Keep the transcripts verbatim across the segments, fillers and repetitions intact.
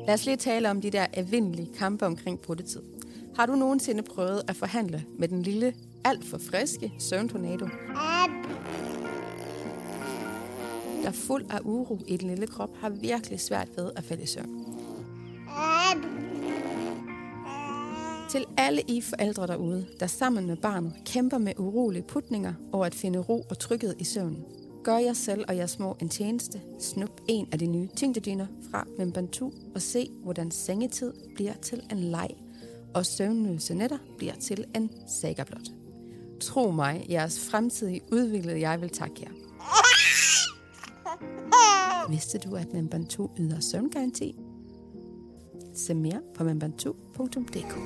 Lad os lige tale om de der evindelige kampe omkring brudtetid. Har du nogensinde prøvet at forhandle med den lille, alt for friske søvntornado, der fuld af uro i den lille krop, har virkelig svært ved at falde i søvn? Til alle I forældre derude, der sammen med barnet kæmper med urolige putninger over at finde ro og tryghed i søvnen, gør jer selv og jeres små en tjeneste. Snup en af de nye tyngdedyner fra Membantu og se, hvordan sengetid bliver til en leg, og søvnløse nætter bliver til en saga blot. Tro mig, jeres fremtidige udviklede jeg vil takke jer. Vidste du, at Membantu yder søvngaranti? Se mere på membantu punktum d k.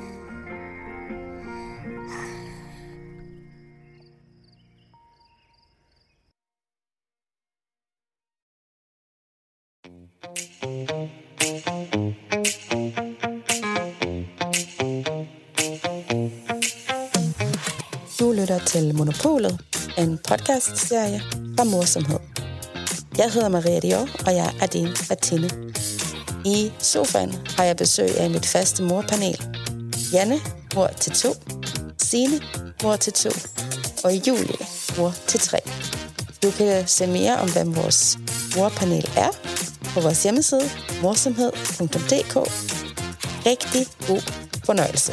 Du lytter til Monopolet, en podcastserie fra Morsomhed. Jeg hedder Maria Dior, og jeg er din værtinde. I sofaen har jeg besøg af mit faste morpanel. Janne, mor til to. Signe, mor til to. Og Julie, mor til tre. Du kan se mere om, hvem vores morpanel er, på vores hjemmeside morsomhed punktum d k. Rigtig god fornøjelse.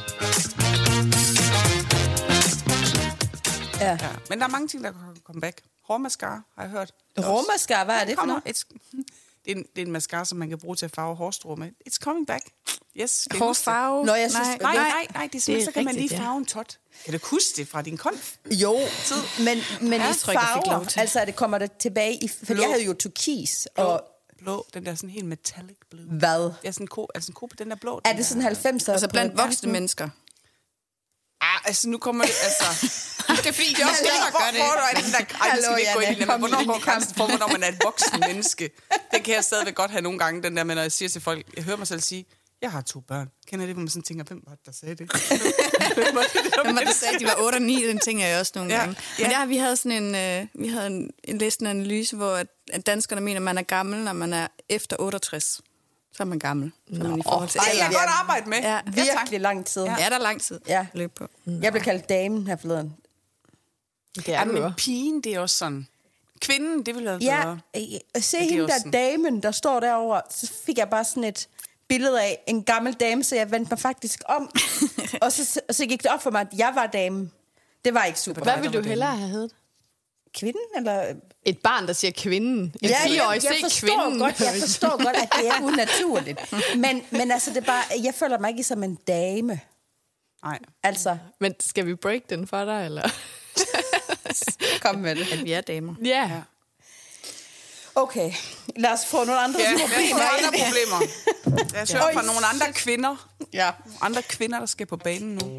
Ja. Ja. Men der er mange ting, der kan komme back. Hårmascara, har jeg hørt. Hårmascara, hvad er det for noget? Det er, en, det er en mascara, som man kan bruge til at farve hårstrå med. It's coming back. Yes, hårfarve? Nå, jeg synes, nej, nej, nej, nej, det er simpelthen, så kan man lige ja. farve en tot. Kan du huske det fra din konf? Jo, men, men ja, i farver, altså det kommer der tilbage i, for blå. Jeg havde jo turkis Blå, og blå, den der sådan helt metallic blue. hvad? Ja, sådan en ko, altså en ko på den der blå. Er det sådan halvfemser? Altså blandt voksne mennesker? Ah, altså nu kommer det, altså... Det er fordi, det er også det, der gør det. Hvor er den der grænse, vi ikke gå ind i? Hvornår går grænsen for, hvornår man er et voksen menneske? Det kan jeg stadigvæk godt have nogle gange, den der, men når jeg siger til folk, jeg hører mig selv sige, jeg har to børn. Kender det, hvor man sådan tænker, hvem var det, der sagde det? Hvem var det, hvem var det, der sagde, de var otte og ni? Den tænker jeg også nogle ja, gange. Ja. Men der har vi havde sådan en, øh, vi havde en, en listende analyse, hvor at, at danskerne mener, at man er gammel, når man er efter otteogtres. Så er man gammel. Så er man i forhold til Ej, jeg kan godt arbejde med. Ja, virkelig lang tid. Ja, ja, der er lang tid. Ja. Løb på. Jeg blev kaldt damen her forleden. Det er ja, du men jo. pigen, det er også sådan. Kvinden, det vil have Ja, været... at se hende der sådan. Damen, der står derovre, så fik jeg bare sådan et billede af en gammel dame, så jeg vendte mig faktisk om. og, så, og så gik det op for mig, at jeg var dame. Det var ikke super. Hvad ville du hellere have heddet? Kvinden, eller... Et barn, der siger kvinden. En ja, fireårig, jeg, jeg, se kvinden. Godt, jeg forstår godt, at det er unaturligt. Men, men altså, det er bare, jeg føler mig ikke som en dame. Nej. Altså. Men skal vi break den for dig, eller? Kom med det. At vi er damer. Ja. Ja. Okay, lad os få nogle andre Ja, problemer. nogle andre problemer. Jeg søger fra nogle andre kvinder. Ja. Nogle andre kvinder, der skal på banen nu.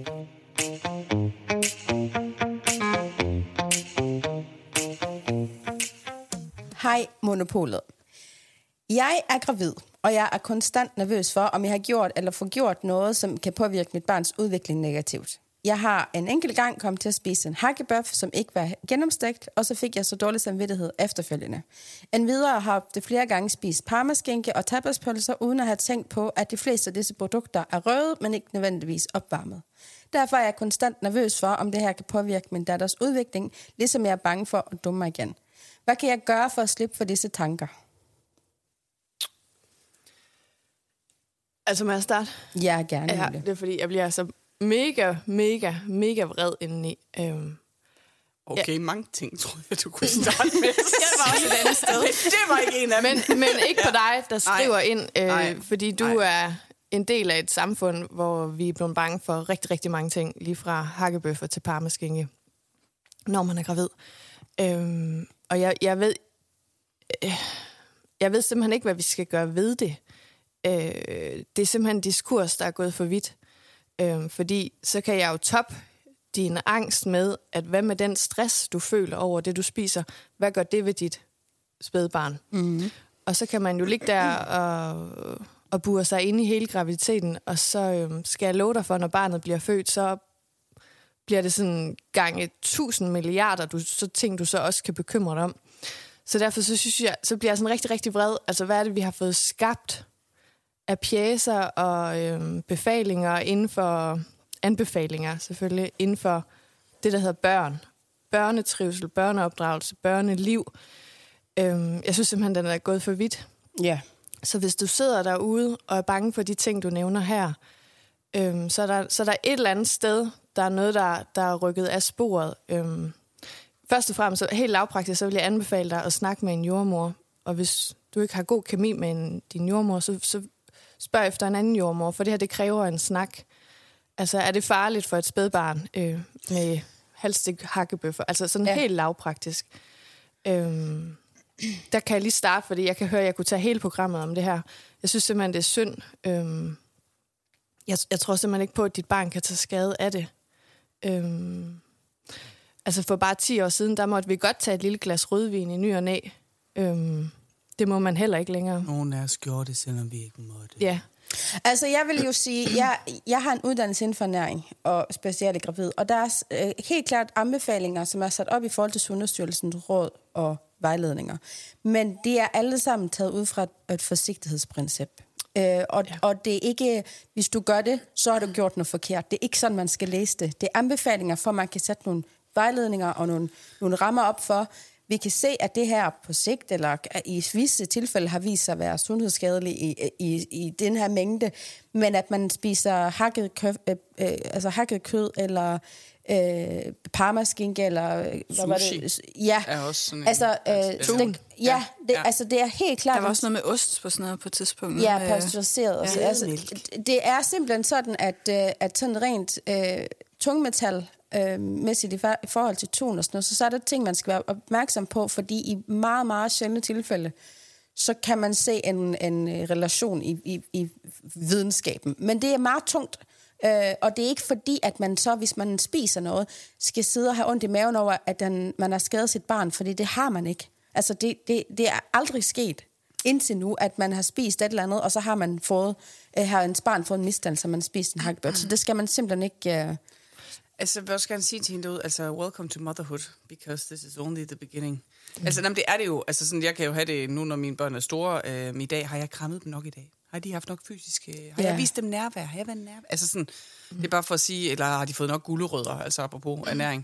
Hej, Monopolet. Jeg er gravid, og jeg er konstant nervøs for, om jeg har gjort eller får gjort noget, som kan påvirke mit barns udvikling negativt. Jeg har en enkelt gang kommet til at spise en hakkebøf, som ikke var gennemstegt, og så fik jeg så dårlig samvittighed efterfølgende. Endvidere har det flere gange spist parmaskinke og tapaspølser, uden at have tænkt på, at de fleste af disse produkter er røde, men ikke nødvendigvis opvarmet. Derfor er jeg konstant nervøs for, om det her kan påvirke min datters udvikling, ligesom jeg er bange for at dumme mig igen. Hvad kan jeg gøre for at slippe for disse tanker? Altså, må jeg starte? Ja, gerne. Ja, det er fordi, jeg bliver altså mega, mega, mega vred indeni. Øhm, Okay, ja. Mange ting, tror jeg, du kunne starte med. Jeg var også et andet sted. Men det var ikke en af dem. men, men ikke på dig, der skriver Nej. ind, øh, Nej. fordi du Nej. er en del af et samfund, hvor vi er blevet bange for rigtig, rigtig mange ting, lige fra hakkebøffer til parmaskinke, når man er gravid. Øhm, og jeg, jeg ved, øh, jeg ved simpelthen ikke, hvad vi skal gøre ved det. Øh, det er simpelthen en diskurs, der er gået for vidt. Øh, fordi så kan jeg jo toppe din angst med, at hvad med den stress, du føler over det, du spiser, hvad gør det ved dit spædbarn? Mm-hmm. Og så kan man jo ligge der og, og bure sig ind i hele graviditeten, og så øh, skal jeg love dig for, når barnet bliver født, så bliver det sådan gange tusind milliarder, du, så ting, du så også kan bekymre dig om. Så derfor så synes jeg, så bliver jeg sådan rigtig, rigtig vred. Altså, hvad er det, vi har fået skabt af pjecer og øh, befalinger inden for, anbefalinger selvfølgelig, inden for det, der hedder børn. Børnetrivsel, børneopdragelse, børneliv. Øhm, jeg synes simpelthen, den er gået for vidt. Ja. Så hvis du sidder derude og er bange for de ting, du nævner her, øhm, så, er der, så er der et eller andet sted, der er noget, der, der er rykket af sporet. Øhm, først og fremmest, så helt lavpraktisk, så vil jeg anbefale dig at snakke med en jordmor. Og hvis du ikke har god kemi med en, din jordmor, så, så spørg efter en anden jordmor, for det her, det kræver en snak. Altså, er det farligt for et spædbarn øh, med halvstik hakkebøffer? Altså sådan ja. Helt lavpraktisk. Øhm, der kan jeg lige starte, fordi jeg kan høre, at jeg kunne tage hele programmet om det her. Jeg synes simpelthen, det er synd. Øhm, jeg, jeg tror simpelthen ikke på, at dit barn kan tage skade af det. Øhm, altså for bare ti år siden, der måtte vi godt tage et lille glas rødvin i ny og næ. Øhm, det må man heller ikke længere. Nogen af os gjorde det, selvom vi ikke måtte. Ja. Altså, jeg vil jo sige, jeg, jeg har en uddannelse inden for ernæring, og specielt gravid, og der er øh, helt klart anbefalinger, som er sat op i forhold til Sundhedsstyrelsens råd og vejledninger. Men det er alle sammen taget ud fra et, et forsigtighedsprincip. Øh, og, ja. og det er ikke, hvis du gør det, så har du gjort noget forkert. Det er ikke sådan, man skal læse det. Det er anbefalinger for, at man kan sætte nogle vejledninger og nogle, nogle rammer op for. Vi kan se, at det her på sigt, eller i visse tilfælde, har vist sig at være sundhedsskadeligt i, i, i den her mængde, men at man spiser hakket kød, øh, øh, altså hakket kød eller øh, parmaskinke, eller Sushi hvad var det? Ja, er også sådan en, altså, øh, det, ja, det, ja. altså det er helt klart. Der var også noget med ost på sådan noget på et tidspunkt. Ja, pasteuriseret. Ja, altså, det er simpelthen sådan, at, at sådan rent øh, tungmetal, Øh, mæssigt i, i forhold til ton og sådan noget, så, så er der ting, man skal være opmærksom på, fordi i meget, meget sjældne tilfælde, så kan man se en, en relation i, i, i videnskaben. Men det er meget tungt, øh, og det er ikke fordi, at man så, hvis man spiser noget, skal sidde og have ondt i maven over, at den, man har skadet sit barn, fordi det har man ikke. Altså, det, det, det er aldrig sket indtil nu, at man har spist et eller andet, og så har man fået, øh, har ens barn fået en misdannelse, så man spist en hakkebøf. Så det skal man simpelthen ikke... Øh, Altså, jeg vil også gerne sige til hende derude, altså, welcome to motherhood, because this is only the beginning. Mm. Altså, jamen, det er det jo. Altså, sådan, jeg kan jo have det nu, når mine børn er store. Øhm, I dag har jeg krammet dem nok i dag. Har de haft nok fysisk? Har yeah. jeg vist dem nærvær? Har jeg været nærvær? Altså, sådan, mm. det er bare for at sige, eller har de fået nok gulerødder, altså apropos mm. ernæring.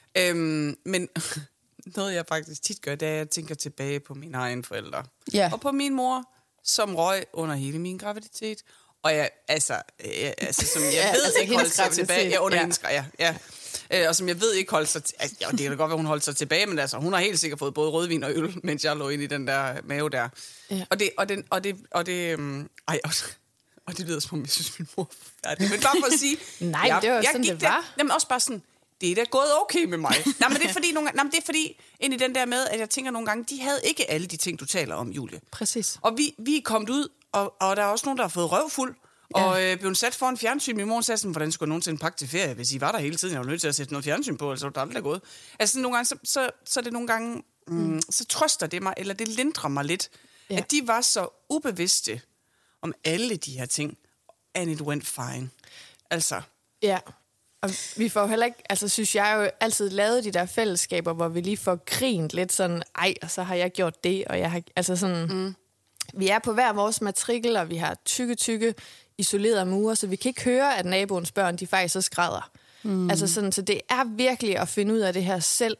Øhm, men noget, jeg faktisk tit gør, det er, at jeg tænker tilbage på mine egne forældre. Yeah. Og på min mor, som røg under hele min graviditet. Og jeg, altså, jeg, altså som jeg ja, ved altså ikke holdt sig tilbage. Ja, under ja. Hendes, ja, ja. Øh, og som jeg ved ikke holdt sig tilbage. Altså, ja, det kan da godt være, hun holdt sig tilbage, men altså, hun har helt sikkert fået både rødvin og øl, mens jeg lå inde i den der mave der. Ja. Og det, og den, og det, og det, um, ej, og, og det lyder som om, jeg synes, min mor er færdig. Men bare for at sige... Nej, jeg, det var jeg sådan, gik det var. Der, jamen også bare sådan, det er da gået okay med mig. Nej, men det er fordi, nogle, nej, men det er fordi ind i den der med, at jeg tænker nogle gange, de havde ikke alle de ting, du taler om, Julie. Præcis. Og vi, vi er kommet ud, og, og der er også nogen, der har fået røvfuld. Ja. Og øh, blev sat foran fjernsyn. Min mor sagde sådan, hvordan skulle jeg nogensinde pakke til ferie, hvis I var der hele tiden? Jeg var nødt til at sætte noget fjernsyn på, altså det er aldrig gået. Altså nogle gange, så, så, så er det nogle gange, mm, mm. så trøster det mig, eller det lindrer mig lidt, ja. At de var så ubevidste om alle de her ting, and it went fine. Altså. Ja, og vi får heller ikke, altså synes jeg jo altid lavet de der fællesskaber, hvor vi lige får grint lidt sådan, ej, og så har jeg gjort det, og jeg har, altså sådan, mm. vi er på hver vores matrikel, og vi har tykke, tykke, isolerede mure, så vi kan ikke høre, at naboens børn, de faktisk så skrædder. Mm. Altså sådan, så det er virkelig at finde ud af det her selv.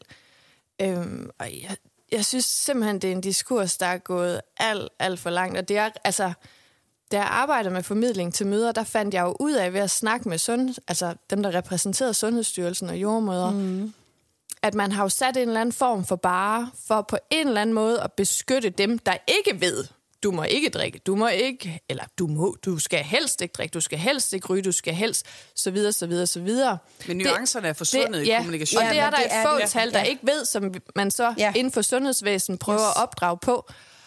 Øhm, og jeg, jeg synes simpelthen, det er en diskurs, der er gået alt, alt for langt. Og det er, altså, da jeg arbejdede med formidling til møder, der fandt jeg jo ud af ved at snakke med sund, altså dem, der repræsenterede Sundhedsstyrelsen og jordmøder, mm. at man har jo sat en eller anden form for bare, for på en eller anden måde at beskytte dem, der ikke ved, du må ikke drikke, du må ikke, eller du må, du skal helst ikke drikke, du skal helst ikke ryge, du skal helst, så videre, så videre, så videre. Men nuancerne er forsvundet det, i ja, kommunikation. og det er der det et fåtal, der ja. ikke ved, som man så ja. inden for sundhedsvæsen prøver yes. at opdrage på.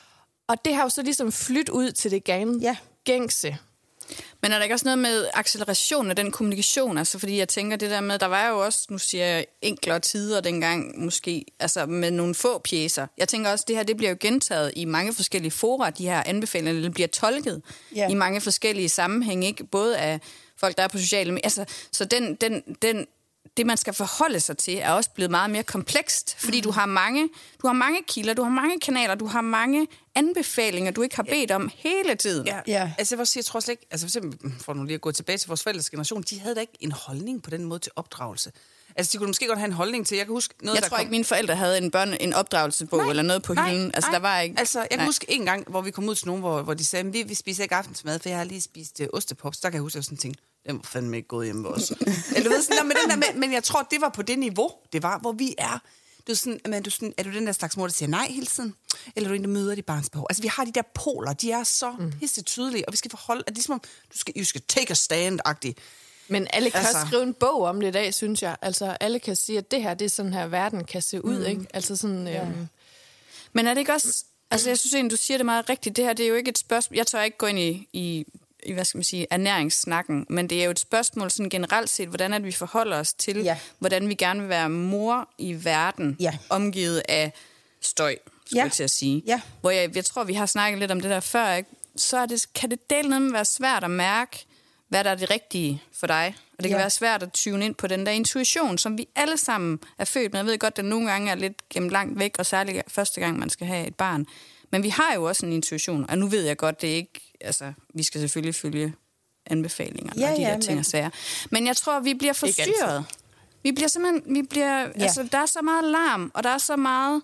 Og det har jo så ligesom flyttet ud til det gang, ja. gængse. Men er der ikke også noget med acceleration af den kommunikation? Altså, fordi jeg tænker det der med, der var jo også, nu siger jeg, enklere tider dengang, måske, altså med nogle få pjecer. Jeg tænker også, det her, det bliver jo gentaget i mange forskellige fora, de her anbefalinger, det bliver tolket yeah. i mange forskellige sammenhænge, ikke? Både af folk, der er på sociale medier. Altså, så den, den, den, det, man skal forholde sig til, er også blevet meget mere komplekst, fordi du har mange, du har mange kilder, du har mange kanaler, du har mange anbefalinger, du ikke har bedt om hele tiden. Ja, Ja. altså jeg, vil sige, jeg tror slet ikke, altså for eksempel, for nu lige at gå tilbage til vores forældres generation, de havde da ikke en holdning på den måde til opdragelse. Altså de kunne måske godt have en holdning til, jeg kan huske noget, Jeg der tror kom... ikke, mine forældre havde en, børn, en opdragelsesbog nej, eller noget på nej, hylden. Altså, nej. der var ikke... Altså, jeg kan nej. huske en gang, hvor vi kom ud til nogen, hvor, hvor de sagde, vi, vi spiser ikke aftensmad, for jeg har lige spist uh, ostepops. Der kan jeg huske, at jeg sådan tænkte, den var fandme ikke gået hjemme med os. Eller, du ved, sådan, men, den der, men, men jeg tror, det var på det niveau, det var, hvor vi er. Du er, sådan, men, du sådan, er du den der slags mor, der siger nej hele tiden? Eller er du en, der møder dit barns behov? Altså, vi har de der poler, de er så mm. pisse tydelige, og vi skal forholde, at det er som om, du skal, you skal take a stand-agtigt. Men alle kan Altså. også skrive en bog om det i dag, synes jeg. Altså, alle kan sige, at det her, det er sådan her, verden kan se ud, mm. ikke? Altså sådan... Ja. Øhm, Men er det ikke også... Altså, jeg synes egentlig, du siger det meget rigtigt. Det her, det er jo ikke et spørgsmål... Jeg tør ikke gå ind i, i, i hvad skal man sige, ernæringssnakken, men det er jo et spørgsmål sådan generelt set, hvordan at vi forholder os til, Ja. hvordan vi gerne vil være mor i verden, Ja. omgivet af støj, skulle Ja. jeg til at sige. Ja. Hvor jeg, jeg tror, vi har snakket lidt om det der før, ikke? Så er det, kan det dele noget med være svært at mærke, hvad der er det rigtige for dig. Og det kan Ja. være svært at tune ind på den der intuition, som vi alle sammen er født med. Jeg ved godt, at den nogle gange er lidt gemt langt væk, og særligt første gang, man skal have et barn. Men vi har jo også en intuition, og nu ved jeg godt, det er ikke... Altså, vi skal selvfølgelig følge anbefalinger Ja, og de ja, der ting men- og sager. Men jeg tror, vi bliver altid. forstyrret. Vi bliver simpelthen... Vi bliver, ja. Altså, der er så meget larm, og der er så meget...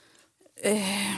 Øh,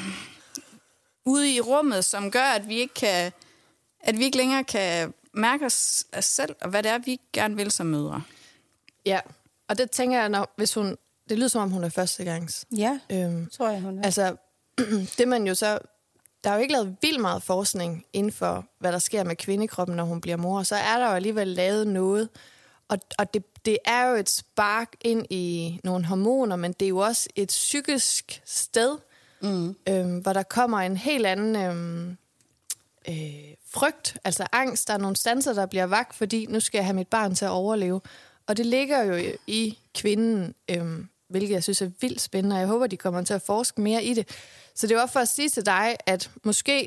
ude i rummet, som gør, at vi ikke kan... At vi ikke længere kan mærke os, os selv, og hvad det er, vi gerne vil som mødre. ja, og det tænker jeg, når, hvis hun... Det lyder som om, hun er førstegangs. Ja, Øhm, tror jeg, hun er. altså, det man jo så... Der er jo ikke lavet vildt meget forskning inden for, hvad der sker med kvindekroppen, når hun bliver mor. Så er der jo alligevel lavet noget. Og, og det, det er jo et spark ind i nogle hormoner, men det er jo også et psykisk sted, mm. øhm, hvor der kommer en helt anden øhm, øh, frygt, altså angst. Der er nogle sanser, der bliver vagt, fordi nu skal jeg have mit barn til at overleve. Og det ligger jo i kvinden, øhm, hvilket jeg synes er vildt spændende, og jeg håber, de kommer til at forske mere i det. Så det var for at sige til dig, at måske,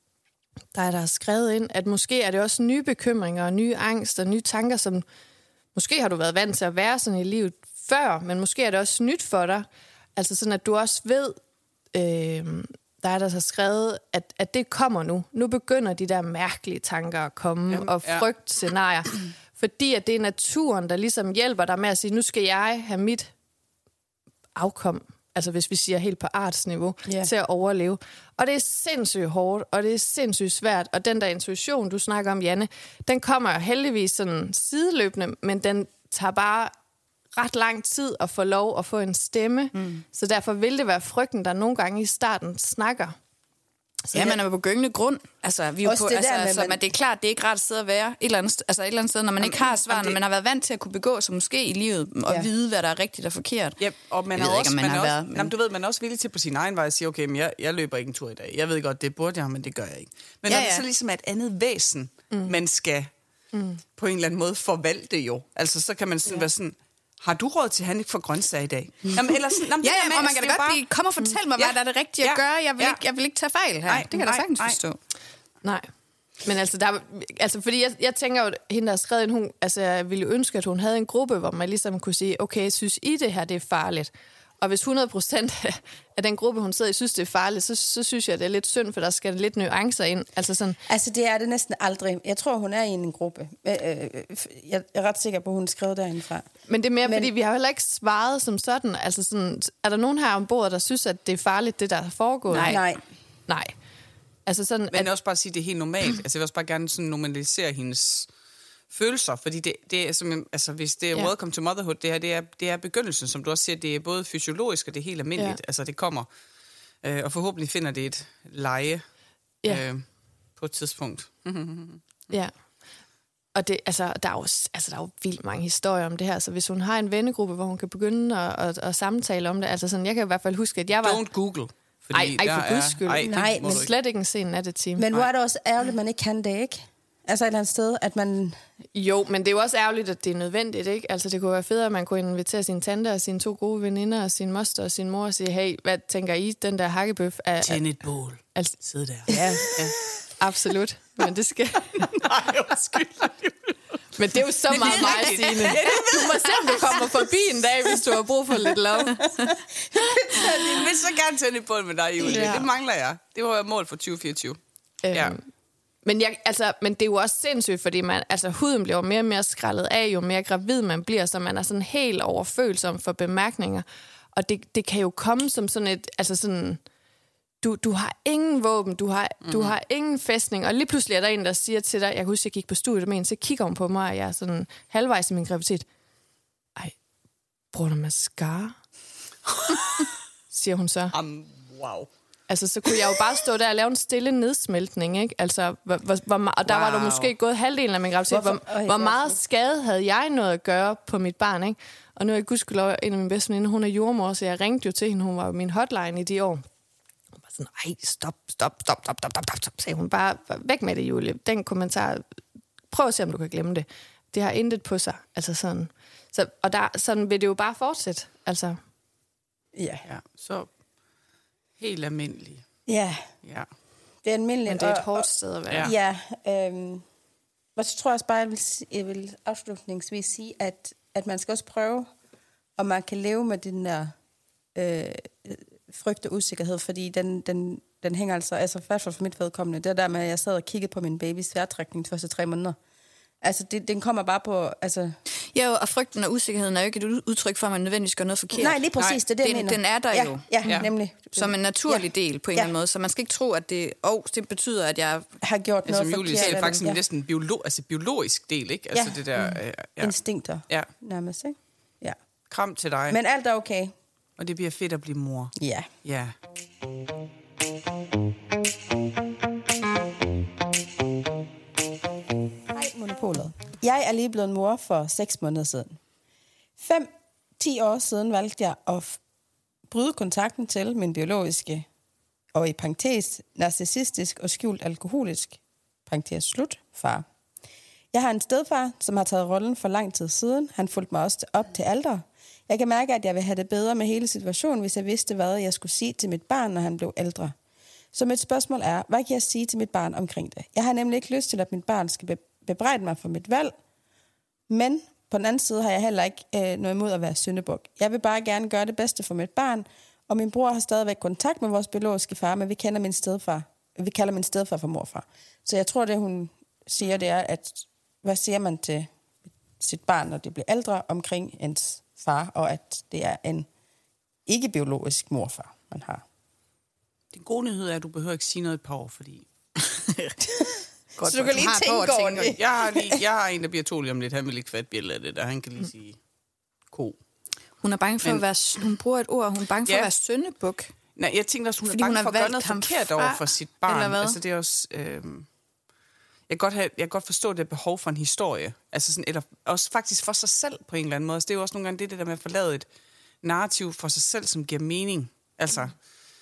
der er der skrevet ind, at måske er det også nye bekymringer og nye angst og nye tanker, som måske har du været vant til at være sådan i livet før, men måske er det også nyt for dig. Altså sådan, at du også ved, øh, der er der så skrevet, at, at det kommer nu. Nu begynder de der mærkelige tanker at komme, Jamen, og ja. frygtscenarier. Fordi at det er naturen, der ligesom hjælper dig med at sige, nu skal jeg have mit afkom, altså hvis vi siger helt på artsniveau, Ja. til at overleve. Og det er sindssygt hårdt, og det er sindssygt svært. Og den der intuition, du snakker om, Janne, den kommer jo heldigvis sådan sideløbende, men den tager bare ret lang tid at få lov at få en stemme. Mm. Så derfor vil det være frygten, der nogle gange i starten snakker. Så ja, man er på gyngende grund. Altså, vi er jo Også på, det altså, der med, altså, man- men det er klart, det er ikke rart at sidde og være et eller andet, st- altså et eller andet sted, når man ikke har svar, jamen, når det- man har været vant til at kunne begå sig måske i livet, og Ja. vide, hvad der er rigtigt og forkert. Ja, og man Jeg er ved også, ikke, om man man har er også, været, men- jamen, du ved, man er også villig til på sin egen vej at sige, okay, men jeg, jeg løber ikke en tur i dag. Jeg ved godt, det burde jeg, men det gør jeg ikke. Men Ja, når det ja. så ligesom er et andet væsen, mm. man skal mm. på en eller anden måde forvalte jo. Altså, så kan man sådan ja. være sådan, har du råd til, at han ikke får grøntsager i dag? Jamen, eller sådan, jamen, Ja, det der ja, med, og man altså, kan det da er godt bare- blive, kom og fortæl mig, Ja. hvad der er det rigtige at Ja. gøre. Jeg vil, Ja. ikke, jeg vil ikke tage fejl her. Nej, Det kan jeg da nej, sagtens nej. forstå. Nej. Men altså, der, er- altså fordi jeg, jeg tænker jo, hende der har skrevet en, hun, altså jeg ville jo ønske, at hun havde en gruppe, hvor man ligesom kunne sige, okay, synes I det her, det er farligt? Og hvis hundrede procent af den gruppe, hun sidder i, synes det er farligt, så, så synes jeg, det er lidt synd, for der skal lidt nuancer ind. Altså sådan, Altså, det er det næsten aldrig. Jeg tror, hun er i en gruppe. Øh, øh, Jeg er ret sikker på, at hun skrev derindefra. men det er mere, Men- fordi vi har heller ikke svaret som sådan. Altså sådan, er der nogen her ombord, der synes, at det er farligt, det der er foregået? Nej. Nej. Nej. Altså sådan, Men at, også bare sige, at det er helt normalt. Altså, jeg vil også bare gerne sådan normalisere hendes følelser, fordi det, det er som, altså, hvis det er Ja. welcome to motherhood, det her, det er, det er begyndelsen, som du også siger, det er både fysiologisk, og det er helt almindeligt. Ja. Altså, det kommer. Øh, og forhåbentlig finder det et leje Ja. øh, på et tidspunkt. ja. Og det, altså, der er jo, altså, der er jo vildt mange historier om det her, så hvis hun har en vennegruppe, hvor hun kan begynde at, at, at samtale om det, altså sådan, jeg kan i hvert fald huske, at jeg var... Don't Google. Ej, ej, der for guds er- skyld. ej, det Nej, må men du ikke. Slet ikke en sen nattetime. Men hvor er det også ærgerligt, at man ikke kan det, ikke? Altså et eller andet sted, at man... Jo, men det er jo også ærgerligt, at det er nødvendigt, ikke? Altså, det kunne være federe, at man kunne invitere sin tante og sine to gode veninder og sin moster og sin mor og sige, hey, hvad tænker I, den der hakkebøf er... Tænd et bål. Altså, Sid der. ja, ja, absolut. Men det skal... Nej, undskyld. Men det er jo så meget mig, Signe. Du må se, om du kommer forbi en dag, hvis du har brug for lidt love. Jeg vil så gerne tænde i bånd med dig, Julie. Ja. Det mangler jeg. Det var mål for tyve fireogtyve. Øhm, ja. Men, jeg, altså, men det er jo også sindssygt, fordi man, altså, huden bliver mere og mere skrællet af, jo mere gravid man bliver, så man er sådan helt overfølsom for bemærkninger. Og det, det kan jo komme som sådan et... Altså sådan, du, du har ingen våben, du har, mm. du har ingen fæstning, og lige pludselig er der en, der siger til dig, jeg kan huske, jeg gik på studiet med en, så kigger hun på mig, og jeg er sådan halvvejs i min graviditet. Ej, bruger du mascara? Siger hun så. Um, wow. Altså, så kunne jeg jo bare stå der og lave en stille nedsmeltning, ikke? Altså, hvor, hvor, hvor, og der wow. var der måske gået halvdelen af min graviditet. Hvor, Øj, hvor meget skade havde jeg noget at gøre på mit barn, ikke? Og nu er jeg gudskelov en af mine bedste veninder, hun er jordmor, så jeg ringte jo til hende, hun var jo min hotline i de år. Hun var sådan, ej, stop, stop, stop, stop, stop, stop, stop, sagde hun bare, væk med det, Julie. Den kommentar, prøv at se, om du kan glemme det. Det har intet på sig, altså sådan. Så, og der, sådan vil det jo bare fortsætte, altså. Ja, ja. Så helt almindelig. Ja. Ja. Det er almindeligt. Men det er et hårdt sted at være. Ja. ja øhm, og så tror jeg også bare, jeg vil, jeg vil afslutningsvis sige, at, at man skal også prøve, om man kan leve med den der øh, frygt og usikkerhed, fordi den, den, den hænger altså, altså i hvert fald for mit vedkommende, det er der med, at jeg sad og kiggede på min babys vejrtrækning de første tre måneder. Altså, det, den kommer bare på... Altså... Ja, og frygten og usikkerheden er jo ikke et udtryk for, at man nødvendigvis gør noget forkert. Nej, lige præcis, det er det, jeg den, mener. Den er der ja, jo. Ja, ja, nemlig. Som en naturlig ja. del på en ja. eller anden måde. Så man skal ikke tro, at det... Oh, det betyder, at jeg... Har gjort altså, noget Julie forkert. Det er faktisk ja. en næsten biolo- altså, biologisk del, ikke? Altså ja. det der... Mm. Øh, ja. Instinkter. Ja. Nærmest, ikke? Ja. Kram til dig. Men alt er okay. Og det bliver fedt at blive mor. Ja. Ja. Monopolet. Jeg er lige blevet mor for seks måneder siden. Fem, ti år siden valgte jeg at f- bryde kontakten til min biologiske, og i parentes, narcissistisk og skjult alkoholisk, parentes slut, far. Jeg har en stedfar, som har taget rollen for lang tid siden. Han fulgte mig også op til alder. Jeg kan mærke, at jeg vil have det bedre med hele situationen, hvis jeg vidste, hvad jeg skulle sige til mit barn, når han blev ældre. Så mit spørgsmål er, hvad kan jeg sige til mit barn omkring det? Jeg har nemlig ikke lyst til, at mit barn skal be- bebrejde mig for mit valg, men på den anden side har jeg heller ikke øh, noget imod at være syndebuk. Jeg vil bare gerne gøre det bedste for mit barn, og min bror har stadigvæk kontakt med vores biologiske far, men vi kender min stedfar. Vi kalder min stedfar for morfar. Så jeg tror, det hun siger, det er, at hvad siger man til sit barn, når det bliver ældre, omkring ens far, og at det er en ikke-biologisk morfar, man har. Den gode nyhed er, at du behøver ikke sige noget et par år, fordi... Godt, så du kan lige tænke over det. Jeg har, lige, jeg har en, der bliver to lige om lidt. Han vil ikke fatte bjælde af det der. Han kan lige sige ko. Hun er bange for Men, at være... Hun bruger et ord. Hun er bange for ja. at være syndebuk. Nej, jeg tænker også, hun Fordi er bange hun for at gøre noget forkert fra, over for sit barn. Altså, det er også... Øh, jeg, kan godt have, jeg kan godt forstå, at det er behov for en historie. Altså sådan, eller også faktisk for sig selv på en eller anden måde. Altså, det er jo også nogle gange det, det der med at forlade et narrativ for sig selv, som giver mening. Altså...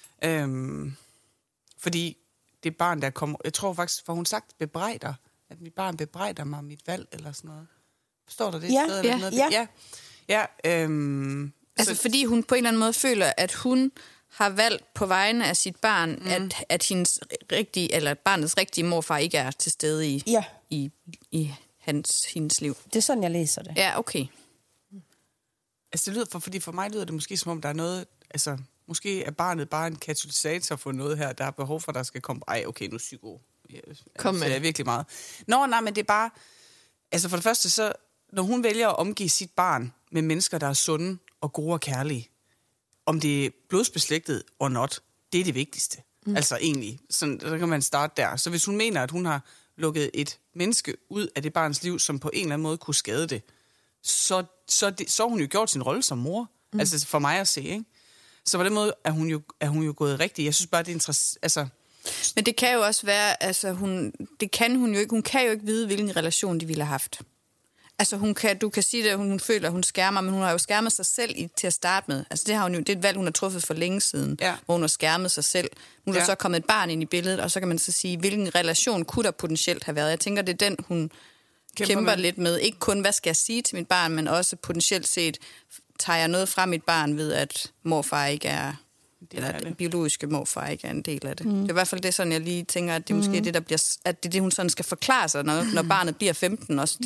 Øh, fordi... det barn, der kommer... Jeg tror faktisk, for hun sagt bebrejder, at mit barn bebrejder mig mit valg, eller sådan noget. Forstår du det? Ja, sted, ja, eller noget? ja. Ja, ja øhm, altså så, fordi hun på en eller anden måde føler, at hun har valgt på vegne af sit barn, mm. at, at hendes rigtige, eller barnets rigtige morfar ikke er til stede i, ja. i, i hans, hendes liv. Det er sådan, jeg læser det. Ja, okay. Altså det lyder, for, fordi for mig lyder det måske som om, der er noget... Altså, måske er barnet bare en katalysator for noget her, der er behov for, der skal komme... Ej, okay, nu er psyko. Ja, Kom med. Det er virkelig meget. Nå, nej, men det er bare... Altså for det første, så... Når hun vælger at omgive sit barn med mennesker, der er sunde og gode og kærlige, om det er blodsbeslægtet or not, det er det vigtigste. Mm. Altså egentlig. Sådan, så kan man starte der. Så hvis hun mener, at hun har lukket et menneske ud af det barns liv, som på en eller anden måde kunne skade det, så, så, det, så har hun jo gjort sin rolle som mor. Mm. Altså for mig at se, ikke? Så på den måde er hun jo, er hun jo gået rigtigt. Jeg synes bare, det er interessant. Altså... Men det kan jo også være, altså hun, det kan hun jo ikke, hun kan jo ikke vide, hvilken relation de ville have haft. Altså hun kan, du kan sige, at hun føler, at hun skærmer, men hun har jo skærmet sig selv i, til at starte med. Altså det, har hun jo, det er et valg, hun har truffet for længe siden, ja. Hvor hun har skærmet sig selv. Nu er der ja. så kommet et barn ind i billedet, og så kan man så sige, hvilken relation kunne der potentielt have været. Jeg tænker, det er den, hun kæmper, kæmper med. lidt med. Ikke kun, hvad skal jeg sige til mit barn, men også potentielt set, tager jeg noget fra mit barn ved, at morfar ikke er... eller at den biologiske morfar ikke er en del af det. Mm. Det er i hvert fald det, sådan jeg lige tænker, at det er måske mm. det, der bliver, at det er det, hun sådan skal forklare sig, når, når barnet bliver femten. Også. Det, ja. der,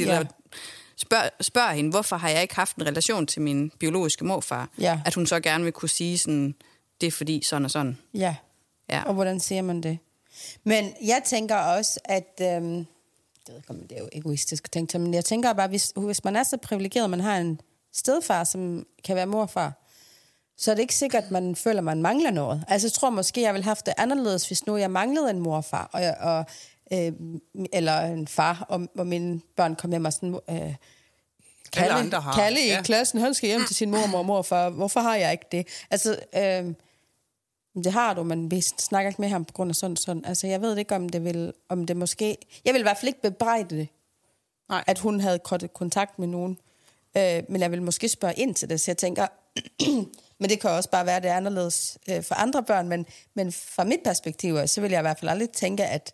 spørger, spørger hende, hvorfor har jeg ikke haft en relation til min biologiske morfar, Ja. at hun så gerne vil kunne sige sådan, det er fordi sådan og sådan. Ja. Ja. Og hvordan siger man det? Men jeg tænker også, at... Øhm, jeg ved ikke, om det er jo egoistisk at tænke til, men jeg tænker bare, hvis, hvis man er så privilegeret, man har en stedfar, som kan være morfar, så er det ikke sikkert, at man føler, at man mangler noget. Altså, jeg tror måske, jeg ville have haft det anderledes, hvis nu jeg manglede en morfar, og, og, øh, eller en far, og, og mine børn kom hjem og sådan... Øh, Kalle, Kalle i ja. klassen, han skal hjem til sin mormor og morfar. Hvorfor har jeg ikke det? Altså, øh, det har du, men vi snakker ikke med ham på grund af sådan sådan. Altså, jeg ved ikke, om det vil, om det måske... Jeg vil i hvert fald ikke bebrejde det, Nej. at hun havde kontakt med nogen. Øh, men jeg vil måske spørge ind til det, så jeg tænker... men det kan også bare være, at det er anderledes øh, for andre børn, men, men fra mit perspektiv, så vil jeg i hvert fald aldrig tænke, at,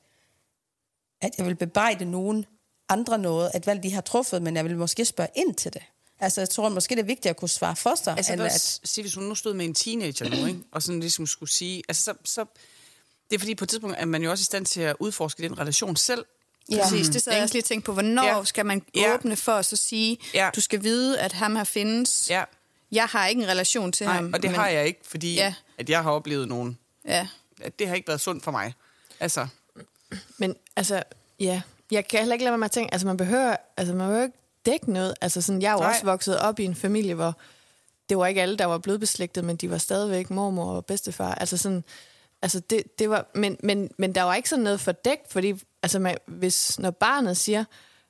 at jeg vil bebrejde nogen andre noget, at valg de har truffet, men jeg vil måske spørge ind til det. Altså, jeg tror måske, det er vigtigt at kunne svare for sig. Altså, end at at... sige, hvis hun nu stod med en teenager nu, ikke? Og sådan ligesom skulle sige... Altså, så, så, det er fordi på et tidspunkt, at man jo også er i stand til at udforske den relation selv. Ja. Præcis, det sad jeg også lige tænkt på. Hvornår ja. skal man ja. åbne for at så sige, ja. du skal vide, at ham her findes. Ja. Jeg har ikke en relation til Nej, ham. og det men... har jeg ikke, fordi ja. at jeg har oplevet nogen. Ja. At det har ikke været sundt for mig. Altså. Men altså, ja... Jeg kan heller ikke lade mig med at tænke, altså man behøver, altså man behøver ikke dække noget. Altså sådan, jeg er jo Nej. også vokset op i en familie, hvor det var ikke alle, der var blodbeslægtet, men de var stadigvæk mormor og bedstefar. Altså sådan, altså det, det var, men, men, men der var ikke sådan noget fordækt, fordi altså man, hvis, når barnet siger,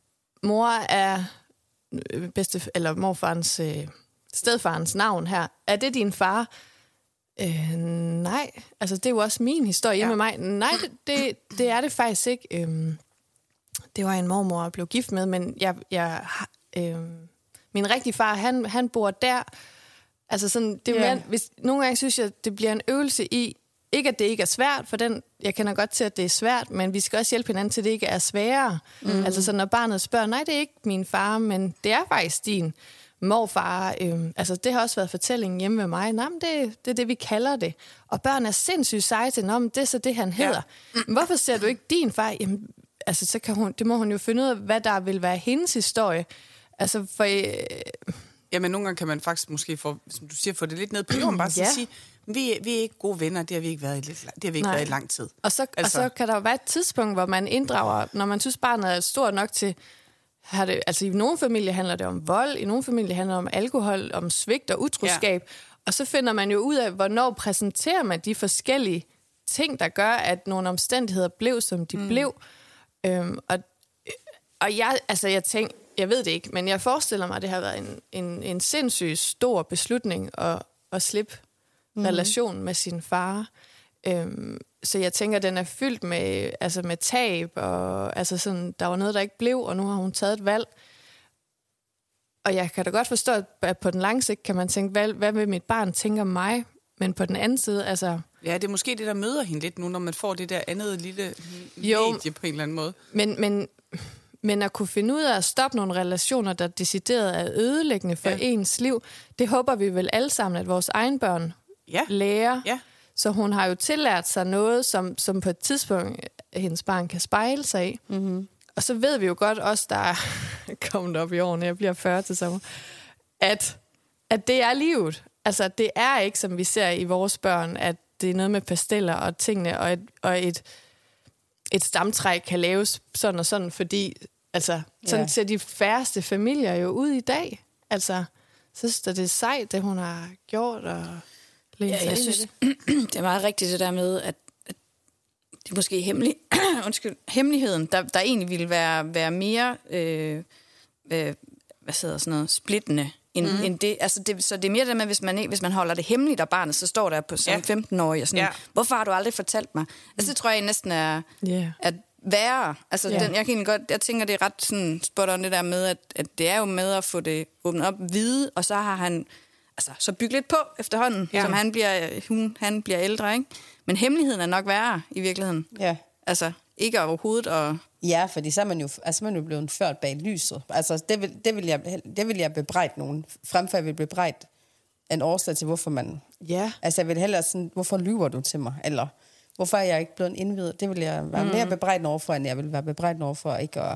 mor er bedste, eller morfarens, øh, stedfarens navn her, er det din far? Øh, nej, altså det er jo også min historie hjemme ja. med mig. Nej, det, det, det er det faktisk ikke. Øh, Det var en mormor, jeg blev gift med, men jeg, jeg, øh, min rigtige far, han, han bor der. Altså sådan, det er yeah. mere, hvis, nogle gange synes jeg, det bliver en øvelse i, ikke at det ikke er svært, for den, jeg kender godt til, at det er svært, men vi skal også hjælpe hinanden til, at det ikke er sværere. Mm. Altså så når barnet spørger, nej, det er ikke min far, men det er faktisk din morfar. Øh, altså det har også været fortællingen hjemme med mig. Nej, men det, det er det, vi kalder det. Og børn er sindssygt seje til, nå, men det er så det, han hedder. Ja. Men hvorfor ser du ikke din far? Jamen, altså, så kan hun, det må hun jo finde ud af, hvad der vil være hendes historie. Altså, for... Øh... Jamen, nogle gange kan man faktisk måske få, som du siger, få det lidt ned på jorden, bare ja. sige, vi, vi er ikke gode venner, det har vi ikke været i, lidt, det har vi ikke været i lang tid. Og så, altså. og så kan der jo være et tidspunkt, hvor man inddrager, når man synes, barnet er stort nok til... Har det, altså, i nogle familier handler det om vold, i nogle familier handler det om alkohol, om svigt og utroskab. Ja. Og så finder man jo ud af, hvornår præsenterer man de forskellige ting, der gør, at nogle omstændigheder blev, som de mm. blev. Øhm, og, og jeg, altså jeg tænker, jeg ved det ikke, men jeg forestiller mig, at det har været en, en, en sindssygt stor beslutning at, at slippe mm. relation med sin far. Øhm, så jeg tænker, at den er fyldt med, altså med tab, og altså sådan, der var noget, der ikke blev, og nu har hun taget et valg. Og jeg kan da godt forstå, at på den lange sigt kan man tænke, hvad, hvad vil mit barn tænke om mig? Men på den anden side, altså... Ja, det er måske det, der møder hende lidt nu, når man får det der andet lille jo, medie på en eller anden måde. Men, men, men at kunne finde ud af at stoppe nogle relationer, der decideret er ødelæggende for ja. ens liv, det håber vi vel alle sammen, at vores egen børn ja. lærer. Ja. Så hun har jo tillært sig noget, som, som på et tidspunkt hendes barn kan spejle sig i. Mm-hmm. Og så ved vi jo godt også, der er kommet op i årene, jeg bliver fyrre til sommer, at, at det er livet. Altså, det er ikke, som vi ser i vores børn, at det er noget med pasteller og tingene, og et, og et, et stamtræk kan laves sådan og sådan, fordi altså, sådan ja. ser de færreste familier jo ud i dag. Altså, så synes jeg, det er sejt, det hun har gjort, og ja, jeg synes, det. det er meget rigtigt det der med, at, at det er måske hemmelig, undskyld, hemmeligheden, der, der egentlig ville være, være mere, øh, øh, hvad hedder sådan noget, splittende, end, mm. end det. Altså det. Så det er mere det med, hvis man, hvis man holder det hemmeligt af barnet, så står der på som ja. femten-årig og sådan, ja. hvorfor har du aldrig fortalt mig? Altså det tror jeg næsten er, yeah. at værre. Altså yeah. den, jeg, kan godt, jeg tænker, det er ret sådan spot on det der med, at, at det er jo med at få det åbnet op vide, og så har han altså, så bygge lidt på efterhånden, ja. som han bliver, hun, han bliver ældre, ikke? Men hemmeligheden er nok værre i virkeligheden. Ja. Altså, ikke overhovedet og... Ja, fordi så er man jo, altså man er jo blevet ført bag lyset. Altså, det vil, det vil, jeg, det vil jeg bebrejde nogen, fremfor jeg vil bebrejde en årsag til, hvorfor man... Ja. Altså, jeg vil hellere sådan, hvorfor lyver du til mig? Eller, hvorfor er jeg ikke blevet indvidet? Det vil jeg være mm. mere bebrejden overfor, end jeg vil være bebrejden overfor ikke at,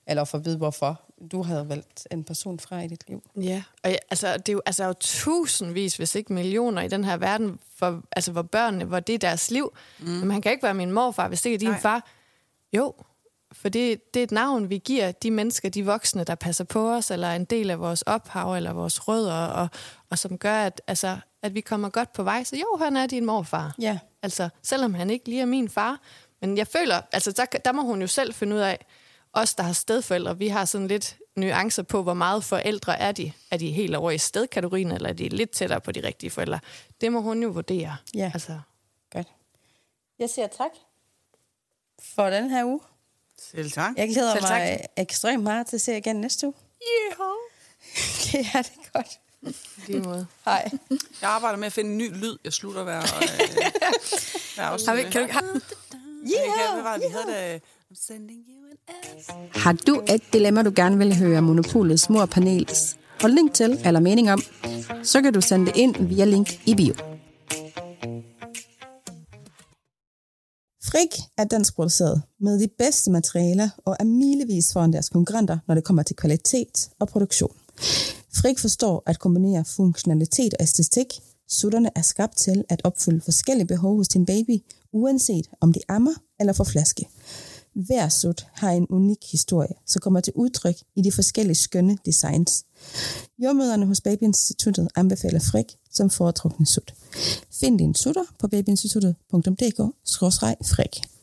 eller for at vide, hvorfor du havde valgt en person fra i dit liv. Ja, og jeg, altså, det er jo altså, jo tusindvis, hvis ikke millioner i den her verden, for, altså, hvor børnene, hvor det er deres liv. Mm. Men han kan ikke være min morfar, hvis det ikke er din Nej. far. Jo, for det, det er et navn, vi giver de mennesker, de voksne, der passer på os, eller en del af vores ophav, eller vores rødder, og, og som gør, at, altså, at vi kommer godt på vej. Så jo, han er din morfar. Ja. Altså, selvom han ikke lige er min far. Men jeg føler, altså, der, der må hun jo selv finde ud af, os, der har stedforældre, vi har sådan lidt nuancer på, hvor meget forældre er de. Er de helt over i stedkategorien, eller er de lidt tættere på de rigtige forældre? Det må hun jo vurdere. Ja, altså. Godt. Jeg siger tak for den her uge. Selv tak. Jeg glæder Selv mig tak. ekstremt meget til at se igen næste uge. Yeah. Okay, ja, det er godt. Lige måde. Hej. Jeg arbejder med at finde en ny lyd. Jeg slutter hver, øh, hver afsnit. Har vi, kan du ikke have... Yeah. Hvad var det, vi havde det? I'm sending you an ass. Har du et dilemma, du gerne vil høre Monopolets morpanels holdning til eller mening om, så kan du sende det ind via link i bio. Frik er dansk produceret med de bedste materialer og er milevis foran deres konkurrenter, når det kommer til kvalitet og produktion. Frik forstår at kombinere funktionalitet og æstetik. Sutterne er skabt til at opfylde forskellige behov hos din baby, uanset om de ammer eller får flaske. Hver sut har en unik historie, som kommer til udtryk i de forskellige skønne designs. Jordmøderne hos Babyinstituttet anbefaler Frik som foretrukne sut. Find din sutter på babyinstituttet punktum d k skråstreg frik.